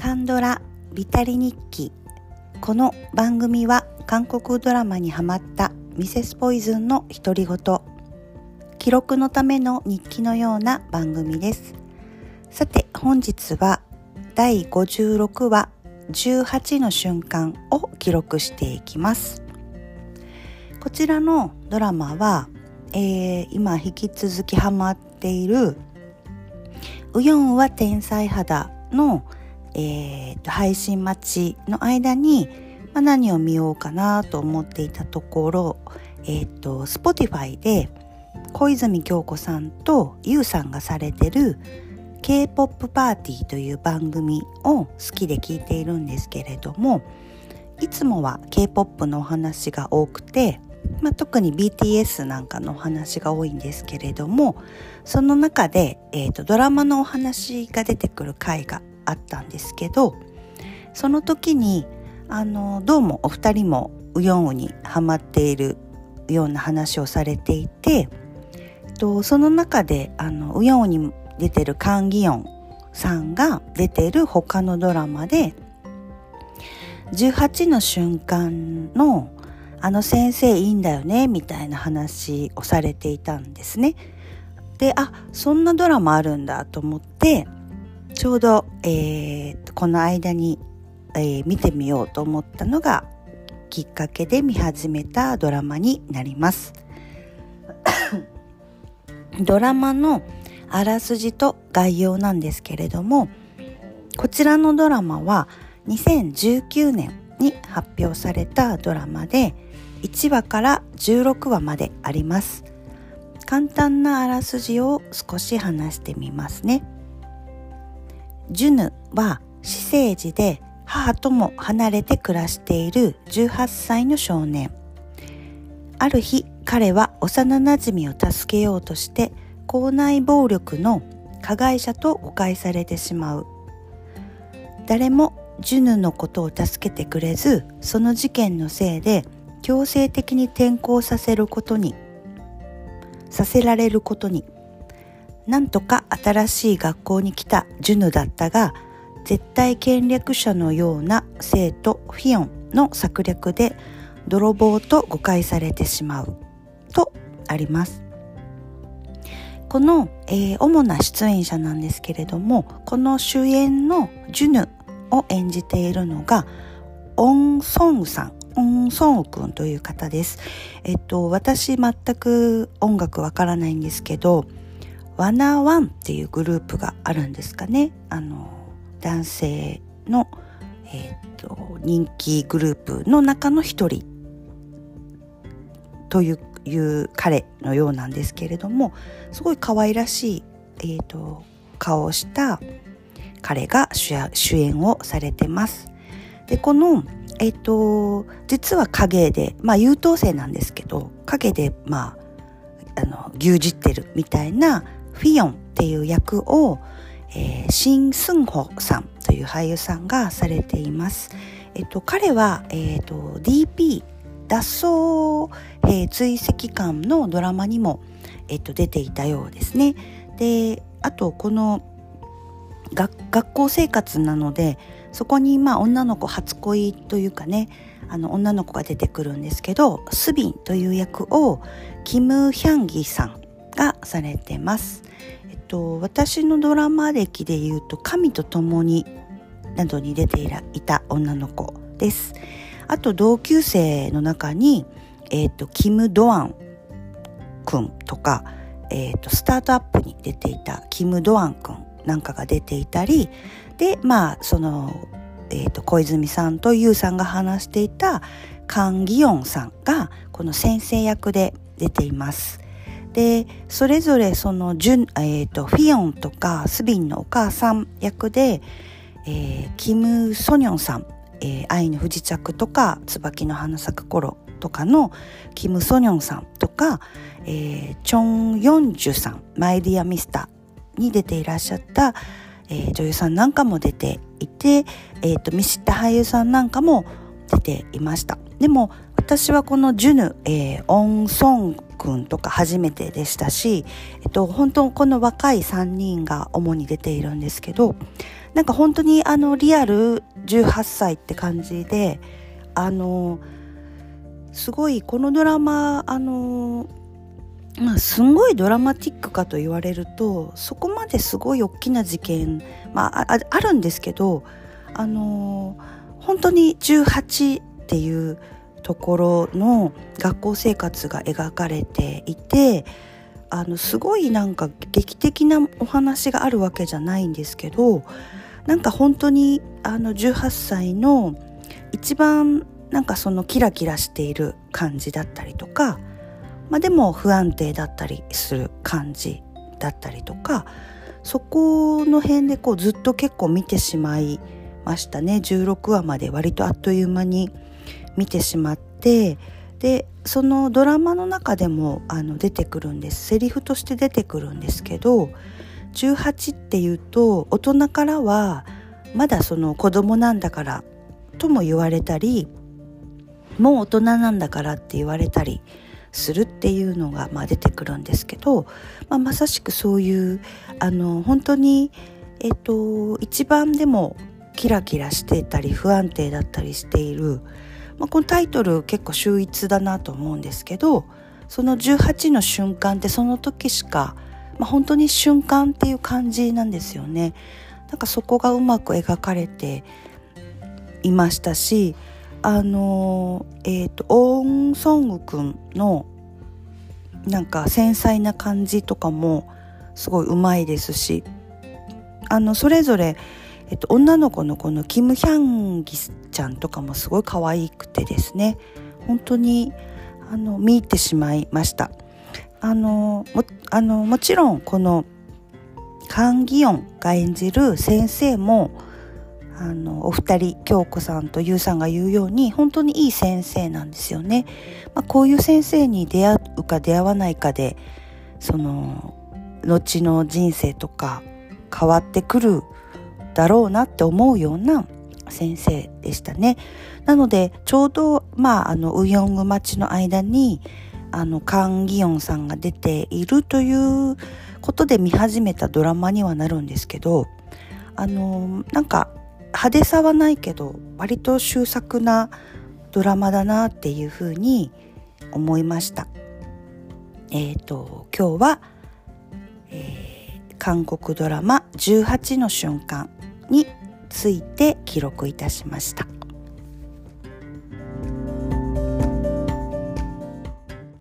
カンドラビタリ日記。この番組は韓国ドラマにハマったミセスポイズンの独り言、記録のための日記のような番組です。さて本日は第56話18の瞬間を記録していきます。こちらのドラマは、今引き続きハマっているウヨンは天才肌の、配信待ちの間に、何を見ようかなと思っていたところ、Spotify で小泉京子さんとユウさんがされてる K-POP パーティーという番組を好きで聞いているんですけれども、いつもは K-POP のお話が多くて、特に BTS なんかのお話が多いんですけれども、その中で、ドラマのお話が出てくる回があったんですけど、その時にどうもお二人もウヨンウにハマっているような話をされていて、その中でウヨンウに出てるカンギヨンさんが出てる他のドラマで18の瞬間の先生いいんだよねみたいな話をされていたんですね。で、そんなドラマあるんだと思って、ちょうど、この間に、見てみようと思ったのがきっかけで見始めたドラマになります。ドラマのあらすじと概要なんですけれども、こちらのドラマは2019年に発表されたドラマで、1話から16話まであります。簡単なあらすじを少し話してみますね。ジュヌは私生児で母とも離れて暮らしている18歳の少年。ある日、彼は幼なじみを助けようとして校内暴力の加害者と誤解されてしまう。誰もジュヌのことを助けてくれず、その事件のせいで強制的に転校させられることに。なんとか新しい学校に来たジュヌだったが、絶対権力者のような生徒フィヨンの策略で泥棒と誤解されてしまうとあります。この、主な出演者なんですけれども、この主演のジュヌを演じているのがオン・ソンウさん、オン・ソンウくんという方です。私全く音楽わからないんですけど、ワナワンっていうグループがあるんですかね。男性の、人気グループの中の一人という彼のようなんですけれども、すごい可愛らしい、顔をした彼が主演をされてます。で、この、実は影で、優等生なんですけど、影で、牛耳ってるみたいなフィヨンっていう役を、シン・スンホさんという俳優さんがされています。彼は、DP 脱走、追跡官のドラマにも、出ていたようですね。で、あとこの学校生活なので、そこに女の子初恋というかね、女の子が出てくるんですけど、スビンという役をキム・ヒャンギさんがされてます。私のドラマ歴で言うと神と共になどに出ていた女の子です。あと同級生の中に、キム・ドアンくんとか、スタートアップに出ていたキム・ドアンくんなんかが出ていたりで、その、小泉さんとユウさんが話していたカンギヨンさんがこの先生役で出ています。で、それぞれそのフィヨンとかスビンのお母さん役で、キム・ソニョンさん、愛の不時着とか椿の花咲く頃とかのキム・ソニョンさんとか、チョン・ヨンジュさん、マイ・ディア・ミスターに出ていらっしゃった、女優さんなんかも出ていて、見知った俳優さんなんかも出ていました。でも私はこのジュヌ、オン・ソンくんとか初めてでしたし、本当この若い3人が主に出ているんですけど、 なんか本当にリアル18歳って感じで、すごいこのドラマすんごいドラマティックかと言われるとそこまですごい大きな事件、あるんですけど、本当に18っていうところの学校生活が描かれていて、すごいなんか劇的なお話があるわけじゃないんですけど、なんか本当に18歳の一番なんかそのキラキラしている感じだったりとか、でも不安定だったりする感じだったりとか、そこの辺でずっと結構見てしまいましたね。16話まで割とあっという間に見てしまって、でそのドラマの中でも出てくるんです。セリフとして出てくるんですけど、18っていうと大人からはまだその子供なんだからとも言われたり、もう大人なんだからって言われたりするっていうのが出てくるんですけど、まさしくそういう本当に一番でもキラキラしていたり不安定だったりしている、このタイトル結構秀逸だなと思うんですけど、その18の瞬間ってその時しか、本当に瞬間っていう感じなんですよね。なんかそこがうまく描かれていましたし、オン・ソングくんのなんか繊細な感じとかもすごいうまいですし、それぞれ、女の子のこのキム・ヒャンギスちゃんとかもすごい可愛くてですね、本当に見入ってしまいました。もちろんこのカン・ギヨンが演じる先生もお二人、京子さんとユウさんが言うように本当にいい先生なんですよね。こういう先生に出会うか出会わないかでその後の人生とか変わってくるだろうなって思うような先生でしたね。なのでちょうどウヨング町の間にカン・ギヨンさんが出ているということで見始めたドラマにはなるんですけど、なんか派手さはないけど割と秀作なドラマだなっていうふうに思いました。今日は、韓国ドラマ18の瞬間について記録いたしました。